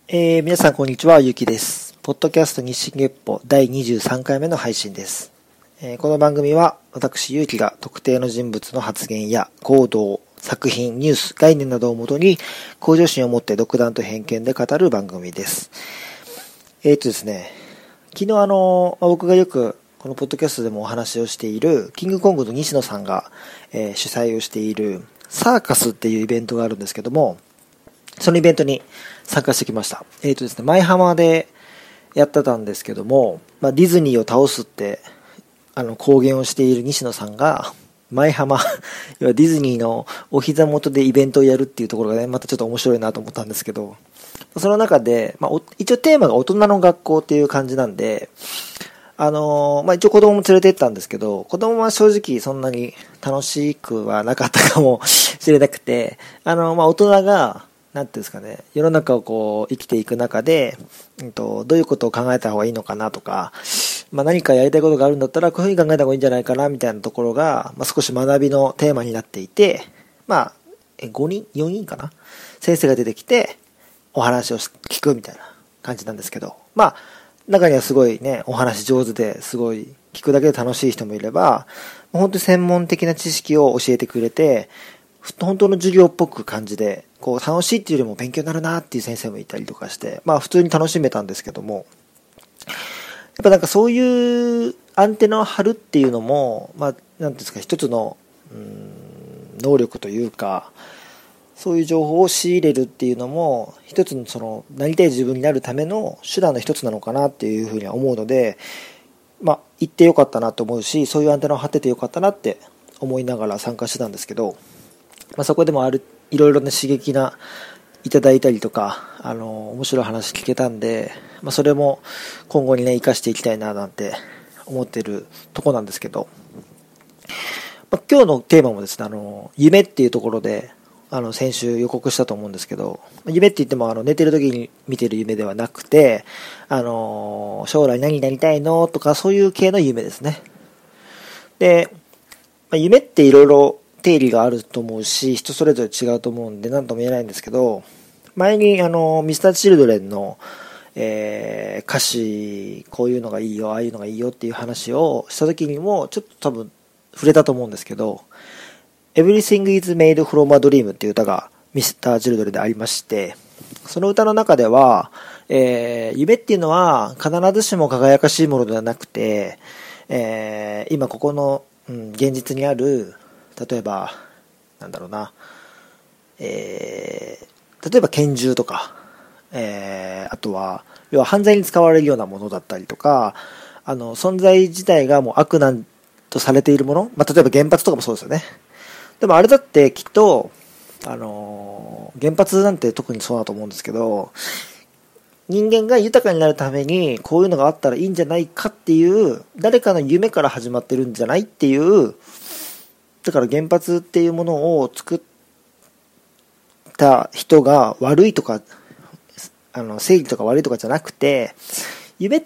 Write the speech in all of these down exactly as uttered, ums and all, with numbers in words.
えー、皆さんこんにちは、ゆうきです。ポッドキャスト日進月歩だいにじゅうさんかいめの配信です。えー、この番組は私ゆうきが特定の人物の発言や行動、作品、ニュース、概念などをもとに向上心を持って独断と偏見で語る番組です。えーとですね、昨日あの、まあ、僕がよくこのポッドキャストでもお話をしているキングコングの西野さんが、えー、主催をしているサーカスっていうイベントがあるんですけども、そのイベントに参加してきました。えっとですね、舞浜でやってたんですけども、まあ、ディズニーを倒すってあの公言をしている西野さんが舞浜要はディズニーのお膝元でイベントをやるっていうところがね、またちょっと面白いなと思ったんですけど、その中で、まあ、一応テーマが大人の学校っていう感じなんで、あのー、まあ、一応子供も連れて行ったんですけど、子供は正直そんなに楽しくはなかったかもしれなくて、あのー、まあ、大人がなんていうんですかね、世の中をこう生きていく中で、うんと、どういうことを考えた方がいいのかなとか、まあ、何かやりたいことがあるんだったらこういうふうに考えた方がいいんじゃないかなみたいなところが、まあ、少し学びのテーマになっていて、まあ、ごにん ?よにん かな先生が出てきてお話を聞くみたいな感じなんですけど、まあ、中にはすごいね、お話上手ですごい聞くだけで楽しい人もいれば、本当に専門的な知識を教えてくれて、本当の授業っぽく感じで、こう楽しいっていうよりも勉強になるなっていう先生もいたりとかして、まあ普通に楽しめたんですけども、やっぱなんかそういうアンテナを張るっていうのも、まあなんていうんですか、一つのうーん能力というか、そういう情報を仕入れるっていうのも一つのそのなりたい自分になるための手段の一つなのかなっていうふうには思うので、まあ行ってよかったなと思うし、そういうアンテナを張っててよかったなって思いながら参加してたんですけど、まあ、そこでもあるいろいろな刺激ないただいたりとか、あの面白い話聞けたんで、まあ、それも今後にね生かしていきたいななんて思ってるとこなんですけど、まあ、今日のテーマもですね、あの夢っていうところであの先週予告したと思うんですけど、夢って言ってもあの寝てる時に見てる夢ではなくて、あの将来何になりたいのとかそういう系の夢ですね。で、まあ、夢っていろいろ定義があると思うし、人それぞれ違うと思うんで何とも言えないんですけど、前にあのミスターチルドレンの、えー、歌詞こういうのがいいよああいうのがいいよっていう話をした時にもちょっと多分触れたと思うんですけど、 Everything is made from a dream っていう歌がミスターチルドレンでありまして、その歌の中では、えー、夢っていうのは必ずしも輝かしいものではなくて、えー、今ここの、うん、現実にある例えばなんだろうな、えー、例えば拳銃とか、えー、あとは要は犯罪に使われるようなものだったりとか、あの存在自体がもう悪なんとされているもの、まあ、例えば原発とかもそうですよね。でもあれだってきっとあのー、原発なんて特にそうだと思うんですけど、人間が豊かになるためにこういうのがあったらいいんじゃないかっていう誰かの夢から始まってるんじゃないっていう、だから原発っていうものを作った人が悪いとか、あの正義とか悪いとかじゃなくて、夢って、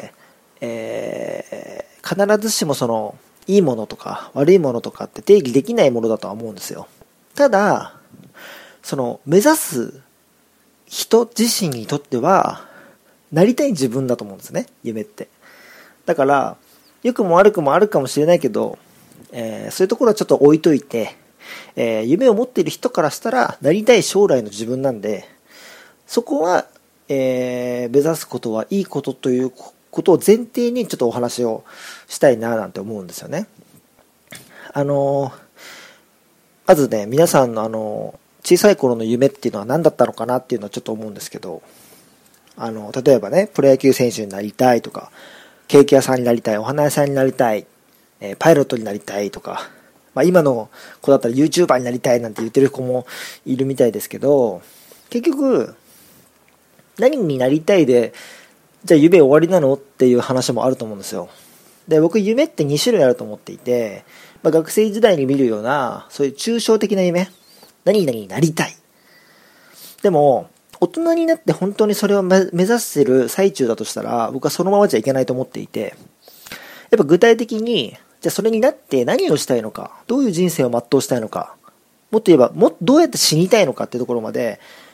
えー、必ずしもそのいいものとか悪いものとかって定義できないものだとは思うんですよ。ただその目指す人自身にとってはなりたい自分だと思うんですね、夢って。だから良くも悪くもあるかもしれないけど、えー、そういうところはちょっと置いといて、えー、夢を持っている人からしたらなりたい将来の自分なんで、そこは、えー、目指すことはいいことということを前提にちょっとお話をしたいななんて思うんですよね。あのー、まずね、皆さんのあの小さい頃の夢っていうのは何だったのかなっていうのはちょっと思うんですけど、あの例えばね、プロ野球選手になりたいとか、ケーキ屋さんになりたい、お花屋さんになりたい、パイロットになりたいとか、まあ、今の子だったら YouTuber になりたいなんて言ってる子もいるみたいですけど、結局何になりたいでじゃあ夢終わりなのっていう話もあると思うんですよ。で、僕夢ってに種類あると思っていて、まあ、学生時代に見るようなそういう抽象的な夢、何々になりたい、でも大人になって本当にそれを目指してる最中だとしたら、僕はそのままじゃいけないと思っていて、やっぱ具体的にじゃあそれになって何をしたいのか、どういう人生を全うしたいのか、もっと言えばもどうやって死にたいのかっていうところまで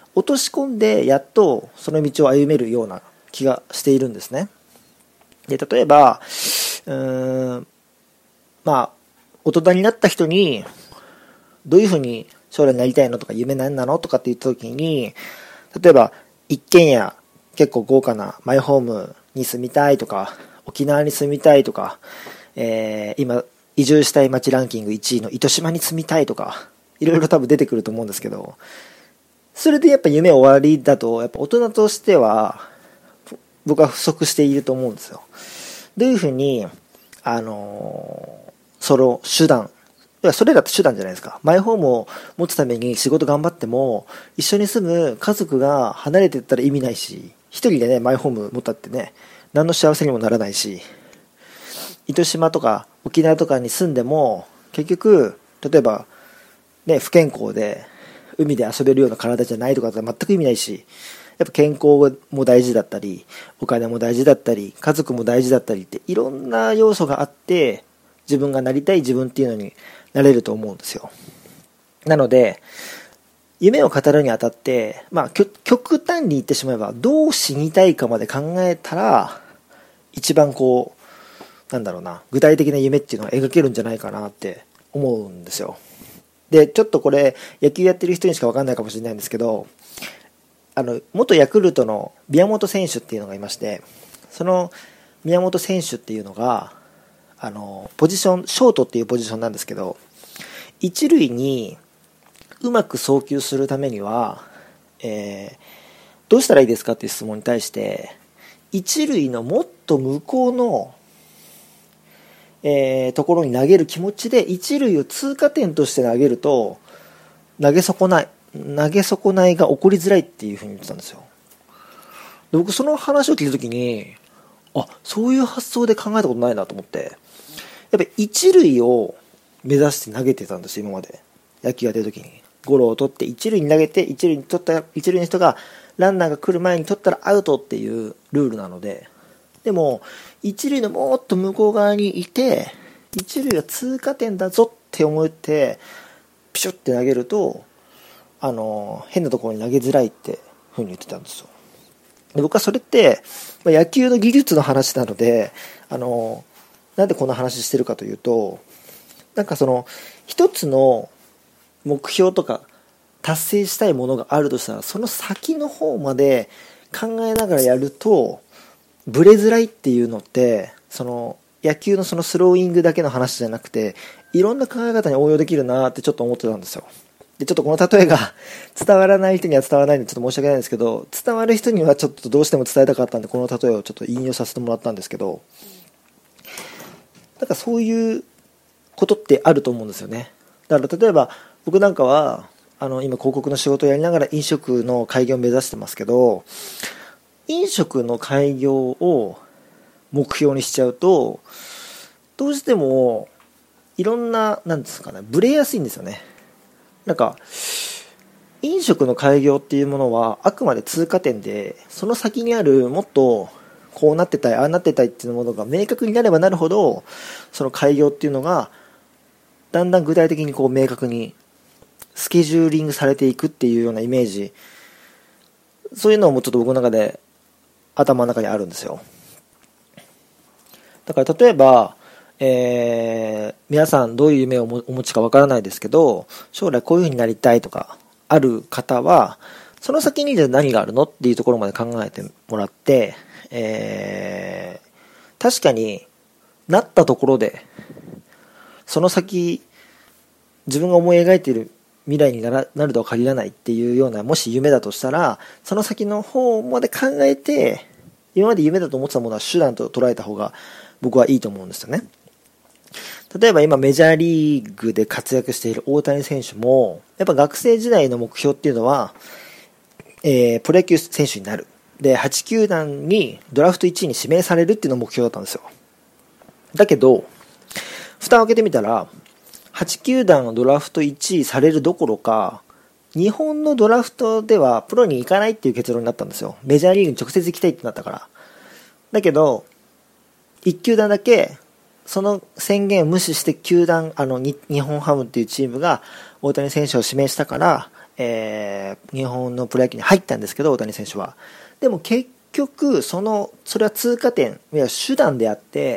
落とし込んでやっとその道を歩めるような気がしているんですね。で、例えば、うーん、まあ、大人になった人に、どういうふうに将来になりたいのとか夢何なのとかって言った時に、例えば、一軒家、結構豪華なマイホームに住みたいとか、沖縄に住みたいとか、えー、今、移住したい街ランキングいちいの糸島に住みたいとか、いろいろ多分出てくると思うんですけど、それでやっぱ夢終わりだと、やっぱ大人としては、僕は不足していると思うんですよ。どういうふうに、あのー、その手段、いやそれだって手段じゃないですか。マイホームを持つために仕事頑張っても、一緒に住む家族が離れていったら意味ないし、一人でね、マイホーム持ったってね、何の幸せにもならないし、糸島とか沖縄とかに住んでも、結局、例えば、ね、不健康で、海で遊べるような体じゃないとかって全く意味ないし、やっぱ健康も大事だったり、お金も大事だったり、家族も大事だったりって、いろんな要素があって、自分がなりたい自分っていうのになれると思うんですよ。なので、夢を語るにあたって、まあ、極端に言ってしまえば、どう死にたいかまで考えたら、一番こう、なんだろうな、具体的な夢っていうのは描けるんじゃないかなって思うんですよ。で、ちょっとこれ、野球やってる人にしか分かんないかもしれないんですけど、あの、元ヤクルトの宮本選手っていうのがいまして、その宮本選手っていうのが、あの、ポジション、ショートっていうポジションなんですけど、一塁にうまく送球するためには、えー、どうしたらいいですかっていう質問に対して、一塁のもっと向こうの、えー、ところに投げる気持ちで一塁を通過点として投げると投げ損ない投げ損ないが起こりづらいっていうふうに言ってたんですよ。で僕その話を聞いた時に、あ、そういう発想で考えたことないなと思って、やっぱり一塁を目指して投げてたんですよ。今まで野球やってる時にゴロを取って一塁に投げて、一塁に取った一塁の人がランナーが来る前に取ったらアウトっていうルールなので、でも一塁のもっと向こう側にいて、一塁が通過点だぞって思ってピシュって投げると、あの変なところに投げづらいってふうに言ってたんですよ。で僕はそれって野球の技術の話なので、あのなんでこんな話してるかというと、なんかその一つの目標とか達成したいものがあるとしたら、その先の方まで考えながらやるとブレづらいっていうのって、その野球のそのスローイングだけの話じゃなくて、いろんな考え方に応用できるなってちょっと思ってたんですよ。でちょっとこの例えが伝わらない人には伝わらないんでちょっと申し訳ないんですけど、伝わる人にはちょっとどうしても伝えたかったんで、この例えをちょっと引用させてもらったんですけど、なんかそういうことってあると思うんですよね。だから例えば僕なんかはあの今広告の仕事をやりながら飲食の開業を目指してますけど、飲食の開業を目標にしちゃうと、どうしてもいろんな、なんですかね、ブレやすいんですよね。なんか飲食の開業っていうものはあくまで通過点で、その先にあるもっとこうなってたい、ああなってたいっていうものが明確になればなるほど、その開業っていうのがだんだん具体的にこう明確にスケジューリングされていくっていうようなイメージ、そういうのもちょっと僕の中で頭の中にあるんですよ。だから例えば、えー、皆さんどういう夢をお持ちかわからないですけど、将来こういう風になりたいとかある方は、その先にじゃあ何があるのっていうところまで考えてもらって、えー、確かになったところでその先自分が思い描いている未来にならなるとは限らないっていうような、もし夢だとしたら、その先の方まで考えて、今まで夢だと思ってたものは手段と捉えた方が僕はいいと思うんですよね。例えば今メジャーリーグで活躍している大谷選手も、やっぱ学生時代の目標っていうのは、えー、プロ野球選手になる。で、はち球団にドラフトいちいに指名されるっていうのが目標だったんですよ。だけど、蓋を開けてみたら、はち球団のドラフトいちいされるどころか、日本のドラフトではプロに行かないっていう結論になったんですよ。メジャーリーグに直接行きたいってなったから。だけど、いち球団だけ、その宣言を無視して球団、あの、日本ハムっていうチームが大谷選手を指名したから、 えー、日本のプロ野球に入ったんですけど、大谷選手は。でも結局、その、それは通過点、いや手段であって、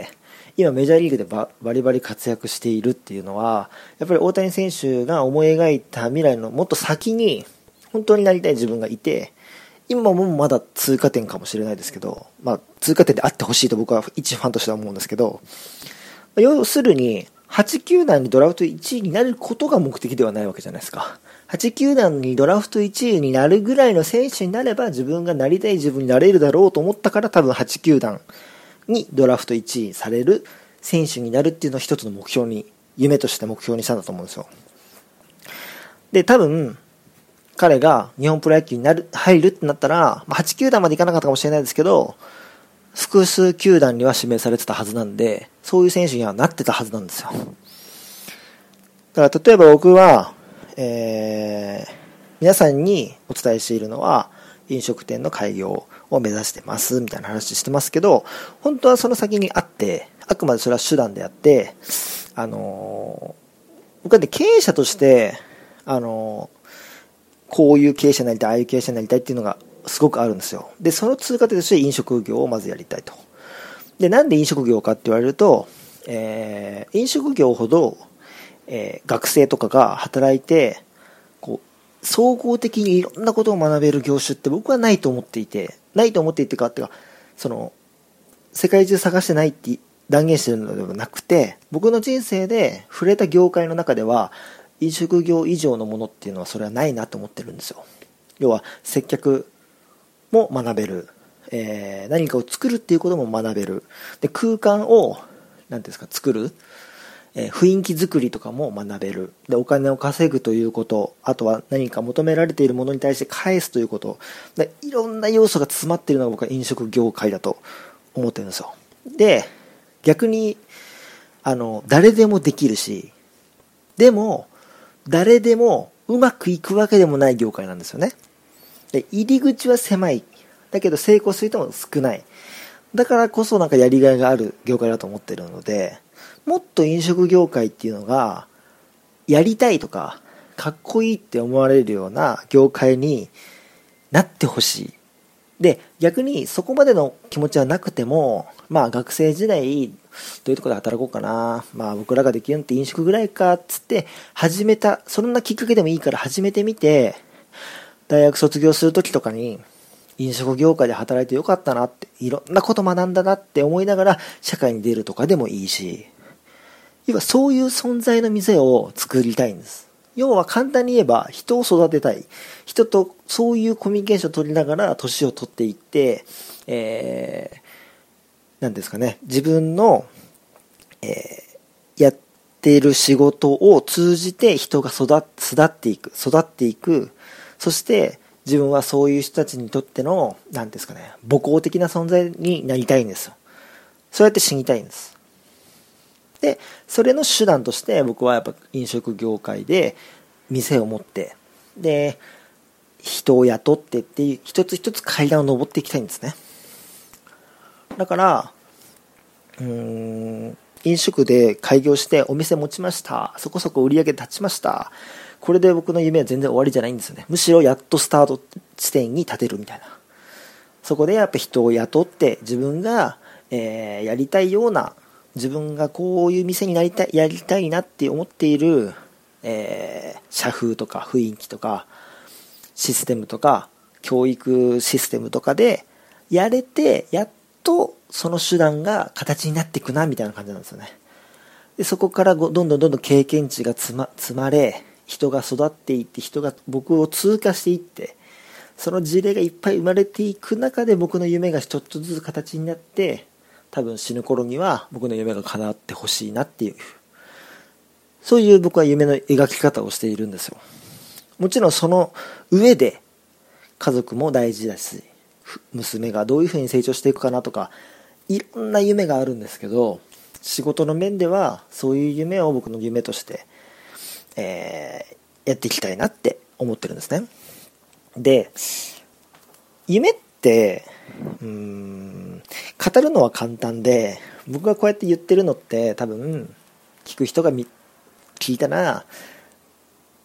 今メジャーリーグでバリバリ活躍しているっていうのは、やっぱり大谷選手が思い描いた未来のもっと先に、本当になりたい自分がいて、今もまだ通過点かもしれないですけど、まあ、通過点であってほしいと僕は一ファンとしては思うんですけど、要するに、はち球団にドラフトいちいになることが目的ではないわけじゃないですか。はち球団にドラフトいちいになるぐらいの選手になれば自分がなりたい自分になれるだろうと思ったから多分はち球団にドラフトいちいされる選手になるっていうのを一つの目標に、夢として目標にしたんだと思うんですよ。で、多分、彼が日本プロ野球になる、入るってなったら、はち球団までいかなかったかもしれないですけど、複数球団には指名されてたはずなんで、そういう選手にはなってたはずなんですよ。だから例えば僕は、えー、皆さんにお伝えしているのは、飲食店の開業を目指してますみたいな話してますけど、本当はその先にあって、あくまでそれは手段であって、あのー、僕はね、経営者として、あのー、こういう経営者になりたい、ああいう経営者になりたいっていうのがすごくあるんですよ。で、その通過点として飲食業をまずやりたいと。で、なんで飲食業かって言われると、えー、飲食業ほど、えー、学生とかが働いて、こう、総合的にいろんなことを学べる業種って僕はないと思っていて、ないと思っていてかっていうか、その、世界中探してないって断言してるのではなくて、僕の人生で触れた業界の中では、飲食業以上のものっていうのはそれはないなと思ってるんですよ。要は接客も学べる、えー、何かを作るっていうことも学べる。で、空間を何ですか作る、えー、雰囲気作りとかも学べる。で、お金を稼ぐということ、あとは何か求められているものに対して返すということ、でいろんな要素が詰まっているのが僕は飲食業界だと思ってるんですよ。で、逆にあの誰でもできるし、でも誰でもうまくいくわけでもない業界なんですよね。で、入り口は狭い。だけど成功する人も少ない。だからこそなんかやりがいがある業界だと思ってるので、もっと飲食業界っていうのが、やりたいとか、かっこいいって思われるような業界になってほしい。で、逆にそこまでの気持ちはなくても、まあ学生時代、どういうところで働こうかな、まあ僕らができるのって飲食ぐらいかっつって始めた、そんなきっかけでもいいから始めてみて、大学卒業するときとかに飲食業界で働いてよかったなって、いろんなこと学んだなって思いながら社会に出るとかでもいいし、要はそういう存在の店を作りたいんです。要は簡単に言えば人を育てたい。人とそういうコミュニケーションを取りながら年を取っていって、えー、なんですかね、自分の、えー、やっている仕事を通じて人が育、育っていく、育っていく。そして自分はそういう人たちにとっての、なんですかね、母校的な存在になりたいんですよ。そうやって死にたいんです。で、それの手段として僕はやっぱ飲食業界で店を持って、で、人を雇ってっていう一つ一つ階段を登っていきたいんですね。だから、うーん、飲食で開業してお店持ちました。そこそこ売り上げ立ちました。これで僕の夢は全然終わりじゃないんですよね。むしろやっとスタート地点に立てるみたいな。そこでやっぱ人を雇って自分が、えー、やりたいような、自分がこういう店になりたい、やりたいなって思っている、えー、社風とか雰囲気とかシステムとか教育システムとかでやれて、やっとその手段が形になっていくなみたいな感じなんですよね。でそこからどんどんどんどん経験値が積ま、積まれ、人が育っていって、人が僕を通過していって、その事例がいっぱい生まれていく中で僕の夢がちょっとずつ形になって、多分死ぬ頃には僕の夢が叶ってほしいなっていう、そういう僕は夢の描き方をしているんですよ。もちろんその上で家族も大事だし、娘がどういうふうに成長していくかなとか、いろんな夢があるんですけど、仕事の面ではそういう夢を僕の夢として、えー、やっていきたいなって思ってるんですね。で、夢ってうーん語るのは簡単で、僕がこうやって言ってるのって多分聞く人が聞いたら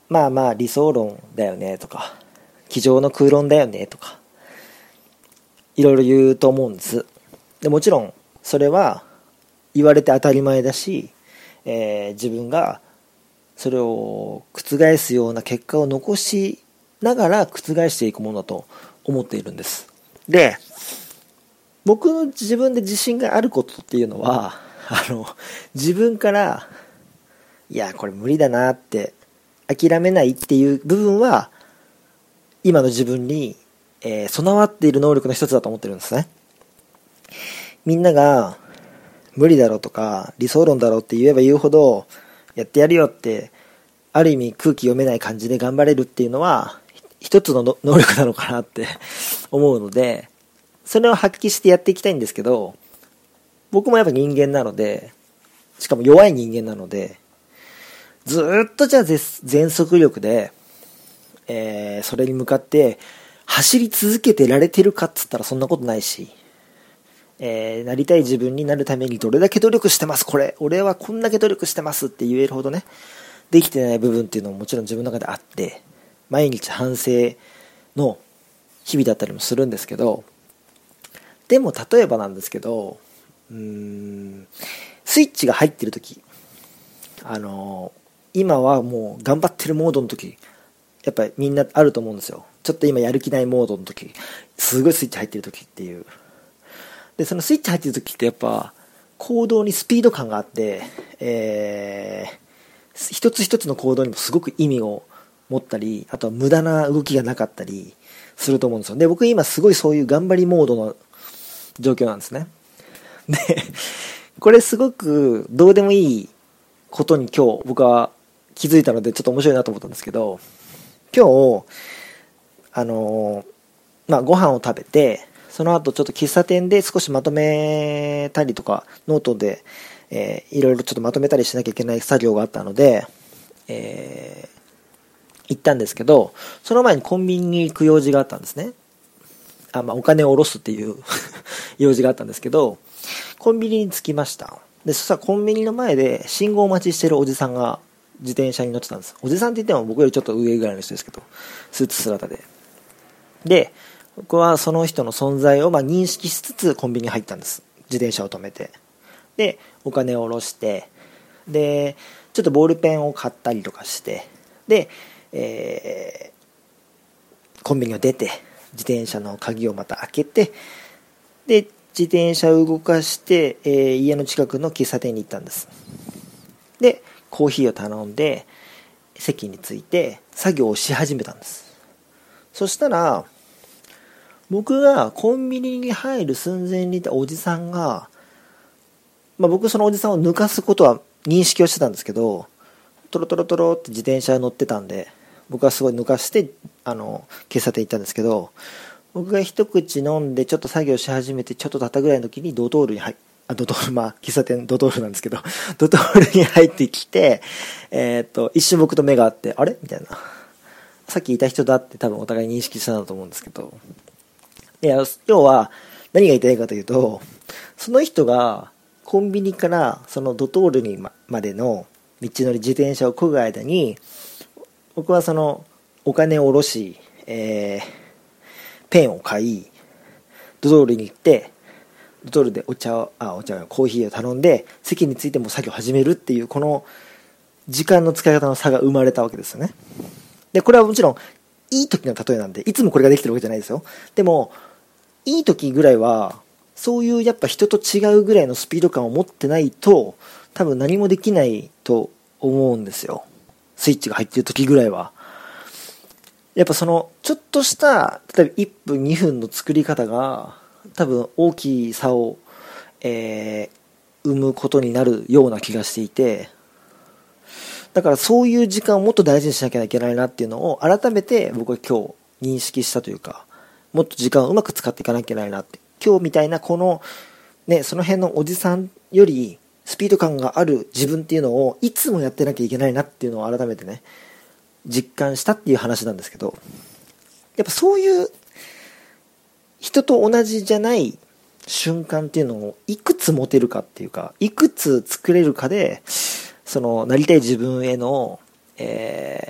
まあまあ理想論だよねとか、机上の空論だよねとか、いろいろ言うと思うんです。でもちろんそれは言われて当たり前だし、えー、自分がそれを覆すような結果を残しながら覆していくものだと思っているんです。で、僕の自分で自信があることっていうのは、あの自分からいやこれ無理だなって諦めないっていう部分は今の自分に、えー、備わっている能力の一つだと思ってるんですね。みんなが無理だろうとか理想論だろうって言えば言うほどやってやるよってある意味空気読めない感じで頑張れるっていうのは一つの能力なのかなって思うので、それを発揮してやっていきたいんですけど、僕もやっぱ人間なので、しかも弱い人間なので、ずーっとじゃあ全速力で、えー、それに向かって走り続けてられてるかっつったらそんなことないし、えー、なりたい自分になるためにどれだけ努力してます、これ俺はこんだけ努力してますって言えるほどね、できてない部分っていうのももちろん自分の中であって、毎日反省の日々だったりもするんですけど、でも例えばなんですけど、うーんスイッチが入ってる時、あのー、今はもう頑張ってるモードの時、やっぱりみんなあると思うんですよ。ちょっと今やる気ないモードの時、すごいスイッチ入ってる時っていう。でそのスイッチ入ってる時ってやっぱ行動にスピード感があって、えー、一つ一つの行動にもすごく意味を持ったり、あとは無駄な動きがなかったりすると思うんですよ。で僕今すごいそういう頑張りモードの状況なんですね。でこれすごくどうでもいいことに今日僕は気づいたのでちょっと面白いなと思ったんですけど、今日あのまあご飯を食べて、その後ちょっと喫茶店で少しまとめたりとかノートで、えー、いろいろちょっとまとめたりしなきゃいけない作業があったので、えー、行ったんですけど、その前にコンビニに行く用事があったんですね。あ、まあお金を下ろすっていう用事があったんですけど、コンビニに着きました。でそしたらコンビニの前で信号待ちしてるおじさんが自転車に乗ってたんです。おじさんって言っても僕よりちょっと上ぐらいの人ですけど、スーツ姿で。で僕はその人の存在をまあ認識しつつコンビニに入ったんです。自転車を止めて、でお金を下ろして、でちょっとボールペンを買ったりとかして、で、えー、コンビニを出て自転車の鍵をまた開けて、で自転車を動かして、えー、家の近くの喫茶店に行ったんです。でコーヒーを頼んで席に着いて作業をし始めたんです。そしたら僕がコンビニに入る寸前にいたおじさんが、まあ、僕そのおじさんを抜かすことは認識をしてたんですけど、トロトロトロって自転車に乗ってたんで僕はすごい抜かしてあの喫茶店行ったんですけど、僕が一口飲んでちょっと作業し始めてちょっと経ったぐらいの時にドトールに入っあドトールまあ喫茶店ドトールなんですけどドトールに入ってきて、えー、っと一瞬僕と目が合って、あれみたいな、さっきいた人だって多分お互い認識したんだと思うんですけど、いや要は何が言いたいかというと、その人がコンビニからそのドトールにまでの道のり自転車を漕ぐ間に、僕はそのお金を下ろし、えーペンを買い、ドトールに行ってドトールでお茶をあお茶コーヒーを頼んで席に着いても作業を始めるっていう、この時間の使い方の差が生まれたわけですよね。でこれはもちろんいい時の例えなんでいつもこれができてるわけじゃないですよ。でもいい時ぐらいはそういうやっぱ人と違うぐらいのスピード感を持ってないと多分何もできないと思うんですよ。スイッチが入ってる時ぐらいはやっぱそのちょっとした例えばいっぷんにふんの作り方が多分大きい差を、えー、生むことになるような気がしていて、だからそういう時間をもっと大事にしなきゃいけないなっていうのを改めて僕は今日認識したというか、もっと時間をうまく使っていかなきゃいけないなって、今日みたいなこのねその辺のおじさんよりスピード感がある自分っていうのをいつもやってなきゃいけないなっていうのを改めてね実感したっていう話なんですけど、やっぱそういう人と同じじゃない瞬間っていうのをいくつ持てるかっていうか、いくつ作れるかでそのなりたい自分への、え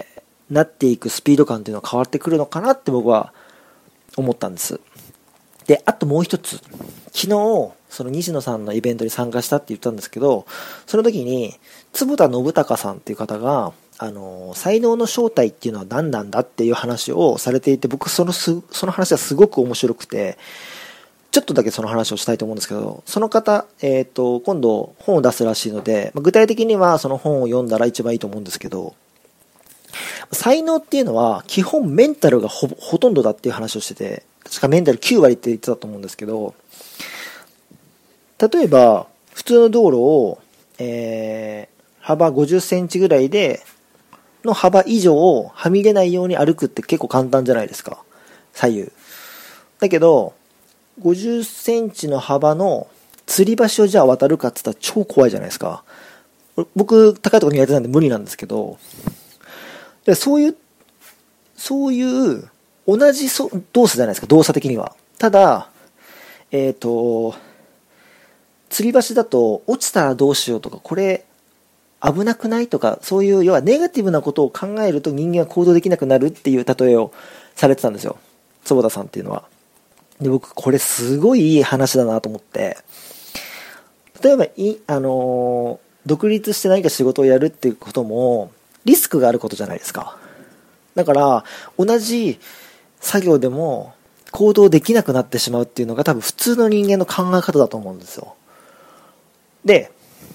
なっていくスピード感っていうのは変わってくるのかなって僕は思ったんです。で、あともう一つ、昨日その西野さんのイベントに参加したって言ったんですけど、その時に坪田信孝さんっていう方が、あの才能の正体っていうのは何なんだっていう話をされていて、僕そのすその話はすごく面白くて、ちょっとだけその話をしたいと思うんですけど、その方、えっと今度本を出すらしいので、具体的にはその本を読んだら一番いいと思うんですけど、才能っていうのは基本メンタルが ほ, ほとんどだっていう話をしてて、確かメンタルきゅう割って言ってたと思うんですけど、例えば普通の道路を、えー、幅ごじゅっセンチぐらいでの幅以上をはみ出ないように歩くって結構簡単じゃないですか、左右。だけどごじゅっセンチの幅の吊り橋をじゃあ渡るかって言ったら超怖いじゃないですか。僕高いところにやってたんで無理なんですけど、でそういうそういう同じ動作じゃないですか、動作的には。ただえっと吊り橋だと落ちたらどうしようとか、これ危なくないとか、そういう要はネガティブなことを考えると人間は行動できなくなるっていう例えをされてたんですよ、坪田さんっていうのは。で、僕これすごいいい話だなと思って、例えばいあの独立して何か仕事をやるっていうこともリスクがあることじゃないですか。だから同じ作業でも行動できなくなってしまうっていうのが多分普通の人間の考え方だと思うんですよ。で、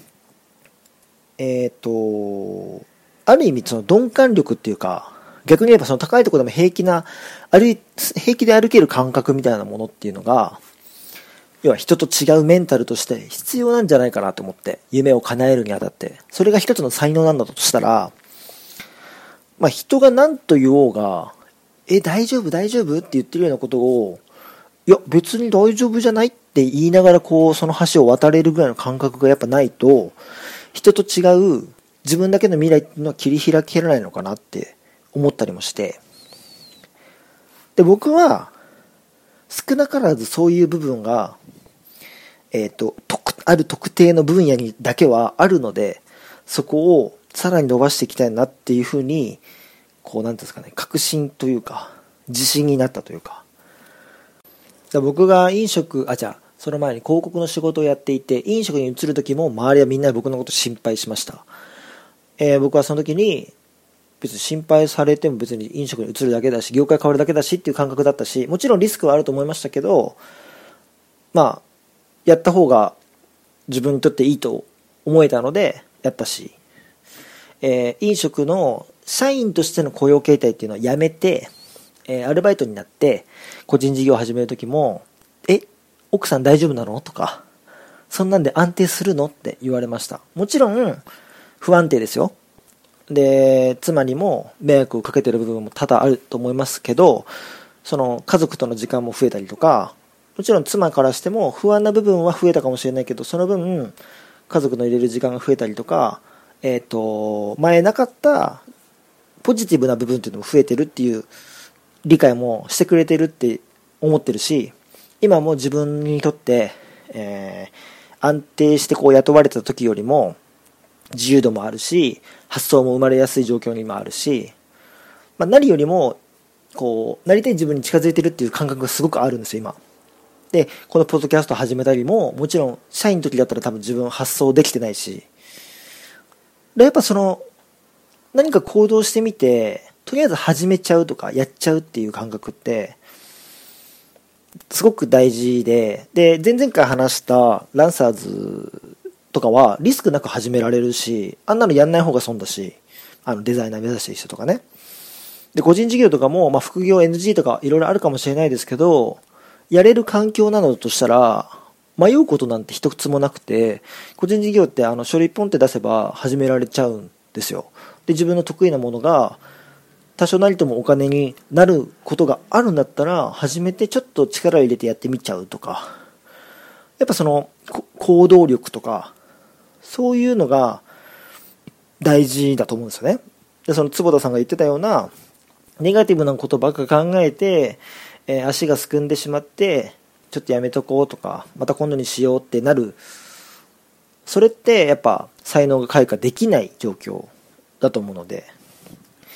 えっと、ある意味その鈍感力っていうか、逆に言えばその高いところでも平気な、歩い、平気で歩ける感覚みたいなものっていうのが、要は人と違うメンタルとして必要なんじゃないかなと思って、夢を叶えるにあたって、それが一つの才能なんだとしたら、まあ人が何と言おうが、え、大丈夫大丈夫って言ってるようなことを、いや別に大丈夫じゃないって言いながらこうその橋を渡れるぐらいの感覚がやっぱないと、人と違う自分だけの未来っていうのは切り開けられないのかなって思ったりもして、で僕は少なからずそういう部分がえっとある特定の分野にだけはあるので、そこをさらに伸ばしていきたいなっていうふうにこうなんていうんですかね、確信というか自信になったというか。僕が飲食あじゃあその前に広告の仕事をやっていて、飲食に移る時も周りはみんな僕のこと心配しました。えー、僕はその時に別に心配されても別に飲食に移るだけだし、業界変わるだけだしっていう感覚だったし、もちろんリスクはあると思いましたけど、まあやった方が自分にとっていいと思えたのでやったし、えー、飲食の社員としての雇用形態っていうのをやめて、えー、アルバイトになって個人事業を始める時も、え奥さん大丈夫なのとか、そんなんで安定するのって言われました。もちろん不安定ですよ。で妻にも迷惑をかけてる部分も多々あると思いますけど、その家族との時間も増えたりとか、もちろん妻からしても不安な部分は増えたかもしれないけど、その分家族の入れる時間が増えたりとか、えっと前なかったポジティブな部分っていうのも増えてるっていう理解もしてくれてるって思ってるし、今も自分にとって、えー、安定してこう雇われてた時よりも自由度もあるし、発想も生まれやすい状況にもあるし、まあ、何よりもこうなりたい自分に近づいてるっていう感覚がすごくあるんですよ今で。このポッドキャスト始めたりも、もちろん社員の時だったら多分自分発想できてないし、でやっぱその何か行動してみてとりあえず始めちゃうとかやっちゃうっていう感覚ってすごく大事で、で前々回話したランサーズとかはリスクなく始められるし、あんなのやんない方が損だし、あのデザイナー目指してる人とかね。で個人事業とかも、まあ、副業 エヌジー とかいろいろあるかもしれないですけど、やれる環境なのだとしたら迷うことなんて一つもなくて、個人事業ってあの書類ポンって出せば始められちゃうんですよ。で自分の得意なものが多少なりともお金になることがあるんだったら始めてちょっと力を入れてやってみちゃうとか、やっぱその行動力とかそういうのが大事だと思うんですよね。でその坪田さんが言ってたようなネガティブなことばっか考えて、えー、足がすくんでしまってちょっとやめとこうとかまた今度にしようってなる、それってやっぱ才能が開花できない状況だと思うので、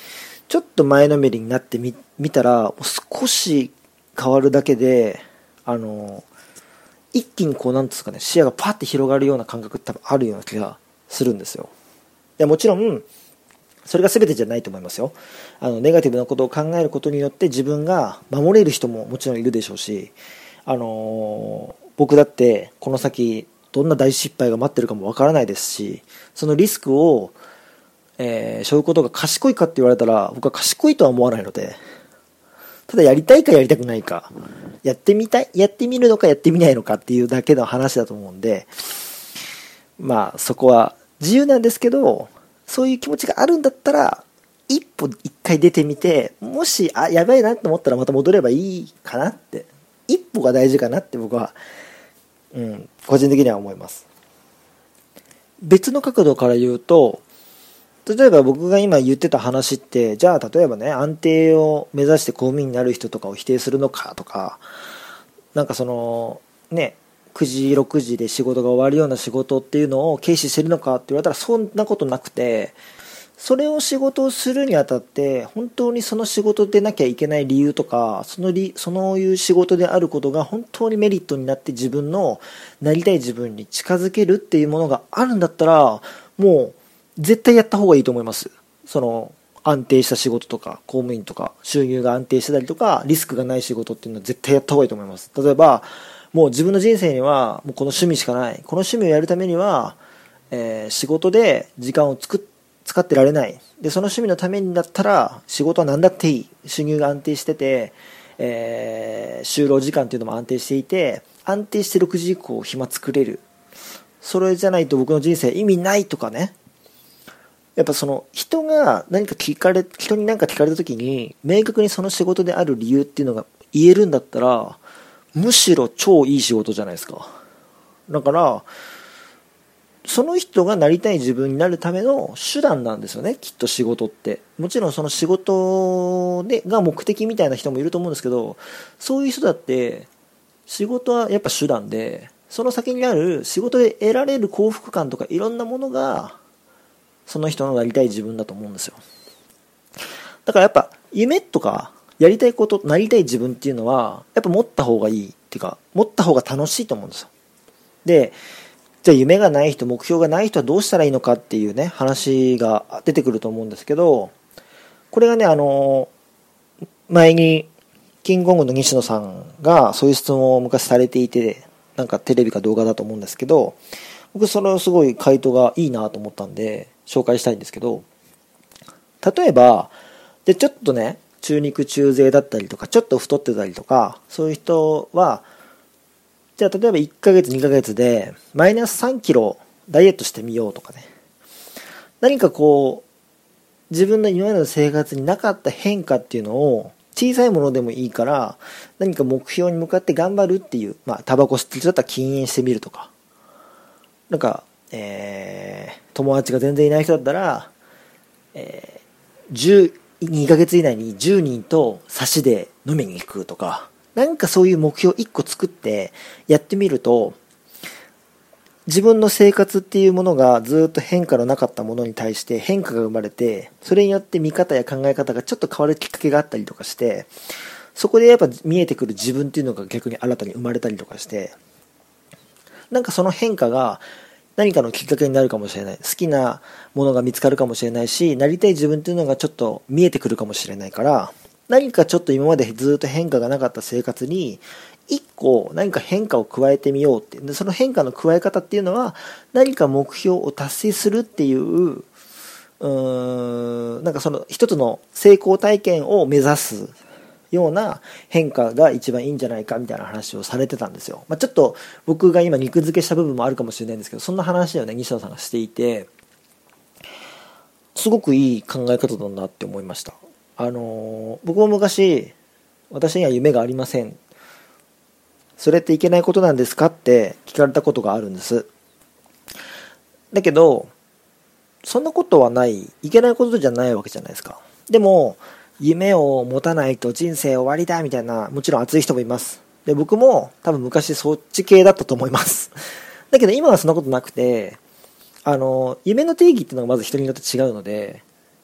ちょっと前のめりになってみ見たら、少し変わるだけで、あの、一気にこう、なんですかね、視野がパッて広がるような感覚って多分あるような気がするんですよ。でもちろん、それが全てじゃないと思いますよ。あの、ネガティブなことを考えることによって自分が守れる人ももちろんいるでしょうし、あのー、僕だってこの先どんな大失敗が待ってるかもわからないですし、そのリスクを、えー、背負うことが賢いかって言われたら僕は賢いとは思わないので、ただやりたいかやりたくないか、やってみたい、やってみるのかやってみないのかっていうだけの話だと思うんで、まあそこは自由なんですけど、そういう気持ちがあるんだったら一歩一回出てみて、もしあやばいなと思ったらまた戻ればいいかなって、一歩が大事かなって僕は、うん、個人的には思います。別の角度から言うと、例えば僕が今言ってた話って、じゃあ例えばね、安定を目指して公務員になる人とかを否定するのかとか、なんかそのね、くじろくじで仕事が終わるような仕事っていうのを軽視してるのかって言われたらそんなことなくて、それを仕事をするにあたって本当にその仕事でなきゃいけない理由とか、そのりそういう仕事であることが本当にメリットになって自分のなりたい自分に近づけるっていうものがあるんだったら、もう絶対やった方がいいと思います。その安定した仕事とか公務員とか収入が安定してたりとかリスクがない仕事っていうのは絶対やった方がいいと思います。例えばもう自分の人生にはもうこの趣味しかない、この趣味をやるためには、えー、仕事で時間をつく使ってられないで、その趣味のためになったら仕事は何だっていい、収入が安定してて、えー、就労時間っていうのも安定していて、安定してろくじ以降暇作れる、それじゃないと僕の人生意味ないとかね。やっぱその人が何か聞かれ人に何か聞かれた時に明確にその仕事である理由っていうのが言えるんだったら、むしろ超いい仕事じゃないですか。だからその人がなりたい自分になるための手段なんですよね、きっと仕事って。もちろんその仕事でが目的みたいな人もいると思うんですけど、そういう人だって仕事はやっぱ手段で、その先にある仕事で得られる幸福感とかいろんなものがその人のなりたい自分だと思うんですよ。だからやっぱ夢とかやりたいこと、なりたい自分っていうのはやっぱ持った方がいいっていうか、持った方が楽しいと思うんですよ。で、じゃあ夢がない人、目標がない人はどうしたらいいのかっていうね話が出てくると思うんですけど、これがね、あの前にキングコングの西野さんがそういう質問を昔されていて、なんかテレビか動画だと思うんですけど、僕それすごい回答がいいなと思ったんで紹介したいんですけど、例えばでちょっとね中肉中背だったりとかちょっと太ってたりとか、そういう人はじゃあ例えばいっかげつにかげつでマイナスさんキロダイエットしてみようとかね、何かこう自分の今までの生活になかった変化っていうのを小さいものでもいいから何か目標に向かって頑張るっていう、まあタバコ吸ってる人だったら禁煙してみるとか、なんか、えー、友達が全然いない人だったら、えー、じゅうにかげつ以内にじゅうにんとサシで飲みに行くとか、なんかそういう目標いっこ作ってやってみると、自分の生活っていうものがずっと変化のなかったものに対して変化が生まれて、それによって見方や考え方がちょっと変わるきっかけがあったりとかして、そこでやっぱ見えてくる自分っていうのが逆に新たに生まれたりとかして、なんかその変化が何かのきっかけになるかもしれない。好きなものが見つかるかもしれないし、なりたい自分っていうのがちょっと見えてくるかもしれないから、何かちょっと今までずっと変化がなかった生活に一個何か変化を加えてみようって。でその変化の加え方っていうのは何か目標を達成するっていう、うーんなんかその一つの成功体験を目指すような変化が一番いいんじゃないかみたいな話をされてたんですよ。まあ、ちょっと僕が今肉付けした部分もあるかもしれないんですけど、そんな話をね西野さんがしていて、すごくいい考え方だなって思いました。あのー、僕も昔私には夢がありません、それっていけないことなんですかって聞かれたことがあるんです。だけどそんなことはない、いけないことじゃないわけじゃないですか。でも夢を持たないと人生終わりだみたいな、もちろん熱い人もいます。で僕も多分昔そっち系だったと思いますだけど今はそんなことなくて、あの夢の定義っていうのがまず人によって違うので、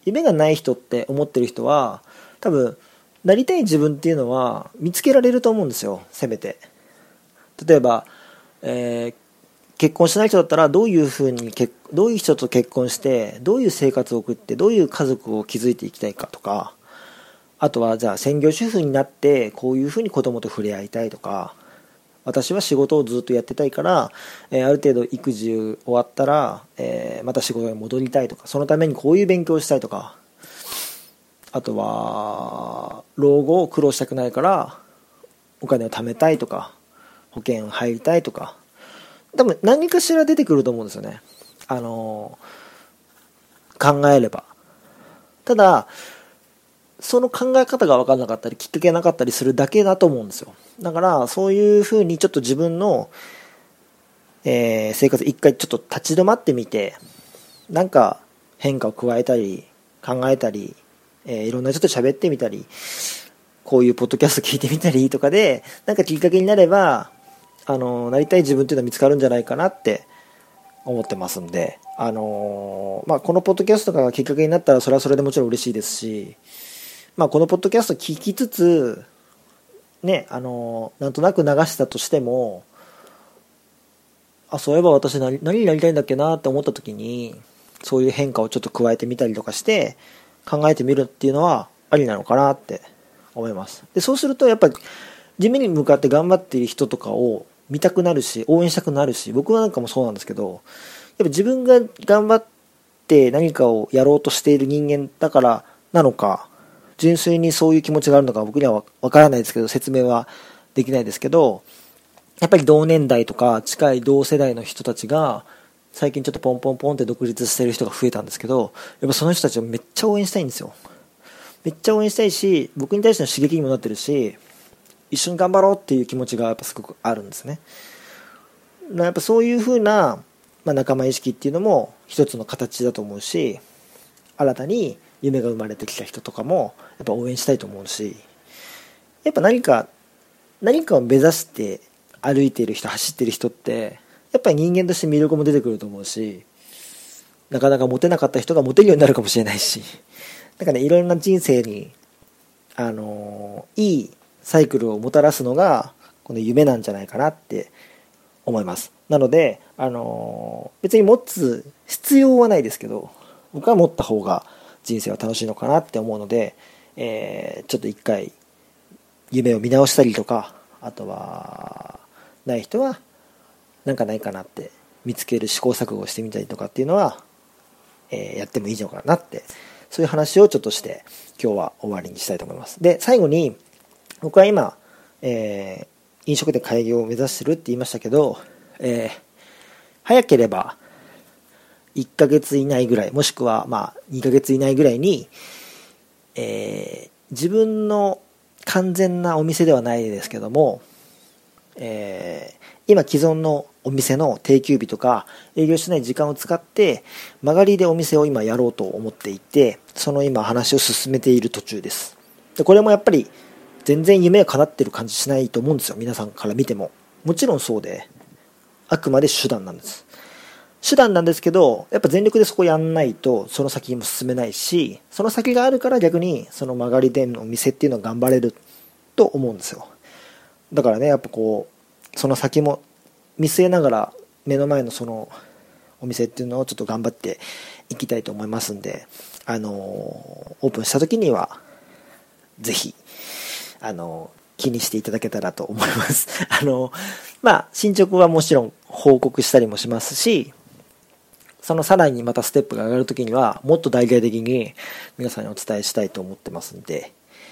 夢がない人って思ってる人は、多分、なりたい自分っていうのは見つけられると思うんですよ、せめて。例えば、えー、結婚しない人だったら、どういうふうに結、どういう人と結婚して、どういう生活を送って、どういう家族を築いていきたいかとか、あとは、じゃあ、専業主婦になって、こういうふうに子供と触れ合いたいとか、私は仕事をずっとやってたいから、えー、ある程度育児終わったら、えー、また仕事に戻りたいとか、そのためにこういう勉強をしたいとか、あとは老後を苦労したくないからお金を貯めたいとか、保険入りたいとか、多分何かしら出てくると思うんですよね。あのー、考えれば。ただその考え方が分からなかったりきっかけがなかったりするだけだと思うんですよ。だからそういうふうにちょっと自分の、えー、生活一回ちょっと立ち止まってみて、なんか変化を加えたり考えたり、えー、いろんな人と喋ってみたり、こういうポッドキャスト聞いてみたりとかで、なんかきっかけになれば、あのー、なりたい自分っていうのは見つかるんじゃないかなって思ってますんで、あのー、まあ、このポッドキャストがきっかけになったらそれはそれでもちろん嬉しいですし、まあ、このポッドキャスト聞きつつ、ね、あのー、なんとなく流したとしても、あ、そういえば私何、何になりたいんだっけなって思った時に、そういう変化をちょっと加えてみたりとかして、考えてみるっていうのはありなのかなって思います。で、そうするとやっぱり夢に向かって頑張っている人とかを見たくなるし、応援したくなるし、僕はなんかもそうなんですけど、やっぱ自分が頑張って何かをやろうとしている人間だからなのか、純粋にそういう気持ちがあるのか僕にはわからないですけど、説明はできないですけど、やっぱり同年代とか近い同世代の人たちが最近ちょっとポンポンポンって独立してる人が増えたんですけど、やっぱその人たちをめっちゃ応援したいんですよ。めっちゃ応援したいし、僕に対しての刺激にもなってるし、一緒に頑張ろうっていう気持ちがやっぱすごくあるんですね。やっぱそういう風な、まあ、仲間意識っていうのも一つの形だと思うし、新たに夢が生まれてきた人とかもやっぱ応援したいと思うし、やっぱ何か何かを目指して歩いている人、走っている人ってやっぱり人間として魅力も出てくると思うし、なかなかモテなかった人がモテるようになるかもしれないし、なんかね、いろんな人生にあのー、いいサイクルをもたらすのがこの夢なんじゃないかなって思います。なので、あのー、別に持つ必要はないですけど、僕は持った方が人生は楽しいのかなって思うので、えー、ちょっと一回夢を見直したりとか、あとはない人はなんかないかなって見つける試行錯誤をしてみたりとかっていうのは、えー、やってもいいのかなって、そういう話をちょっとして今日は終わりにしたいと思います。で、最後に僕は今、えー、飲食店開業を目指してるって言いましたけど、えー、早ければいっかげつ以内ぐらい、もしくはまあにかげつ以内ぐらいに、えー、自分の完全なお店ではないですけども、えー、今既存のお店の定休日とか営業しない時間を使って間借りでお店を今やろうと思っていて、その今話を進めている途中です。で、これもやっぱり全然夢が叶ってる感じしないと思うんですよ。皆さんから見てももちろんそうで、あくまで手段なんです。手段なんですけど、やっぱ全力でそこやんないとその先にも進めないし、その先があるから逆にその曲がりでのお店っていうのは頑張れると思うんですよ。だからね、やっぱこうその先も見据えながら目の前のそのお店っていうのをちょっと頑張っていきたいと思いますんで、あのオープンした時にはぜひあの気にしていただけたらと思います。あのまあ進捗はもちろん報告したりもしますし、そのさらにまたステップが上がるときにはもっと大々的に皆さんにお伝えしたいと思ってますんで、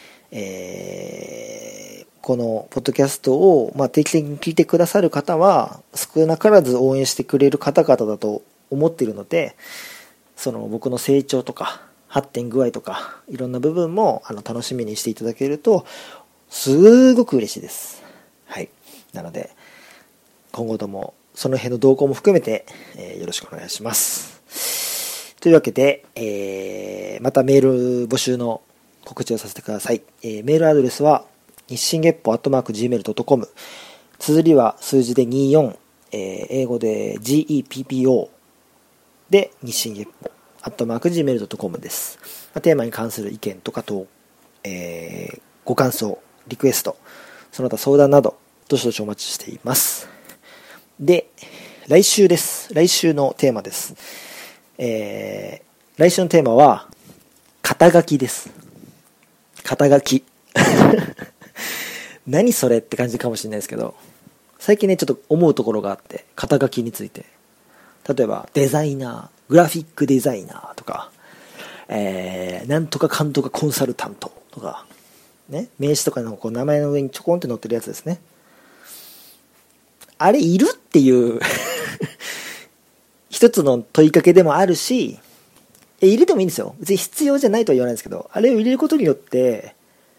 えー、このポッドキャストを、まあ、定期的に聞いてくださる方は少なからず応援してくれる方々だと思っているので、その僕の成長とか発展具合とかいろんな部分もあの楽しみにしていただけるとすごく嬉しいです。はい。なので今後ともその辺の動向も含めて、えー、よろしくお願いします。というわけで、えー、またメール募集の告知をさせてください。えー、メールアドレスは日進月歩アットマーク ジーメールドットコム、 綴りは数字でにじゅうよん、えー、英語で ジーイーピーピーオー で日進月歩、 アットマークジーメールドットコム です。まあ、テーマに関する意見とかと、えー、ご感想、リクエスト、その他相談など、どしどしお待ちしています。で、来週です。来週のテーマです。えー、来週のテーマは、肩書きです。肩書き。何それって感じかもしれないですけど、最近ね、ちょっと思うところがあって、肩書きについて。例えば、デザイナー、グラフィックデザイナーとか、えー、なんとかかんとかコンサルタントとか、ね、名刺とかのこう名前の上にちょこんって載ってるやつですね。あれいるっていう一つの問いかけでもあるし、え入れてもいいんですよ。別に必要じゃないとは言わないんですけど、あれを入れることによって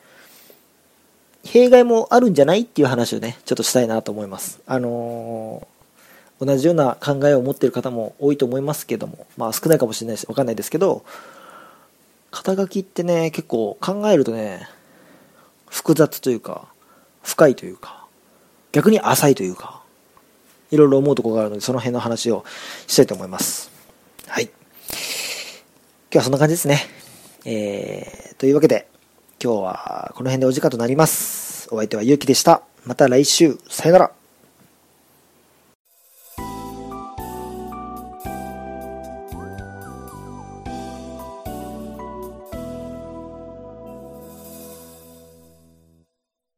弊害もあるんじゃないっていう話をね、ちょっとしたいなと思います。あのー、同じような考えを持っている方も多いと思いますけども、まあ少ないかもしれないし、わかんないですけど、肩書きってね、結構考えるとね、複雑というか、深いというか、逆に浅いというか、いろいろ思うところがあるので、その辺の話をしたいと思います。はい。今日はそんな感じですね。えー、というわけで、今日はこの辺でお時間となります。お相手はゆうきでした。また来週、さよなら。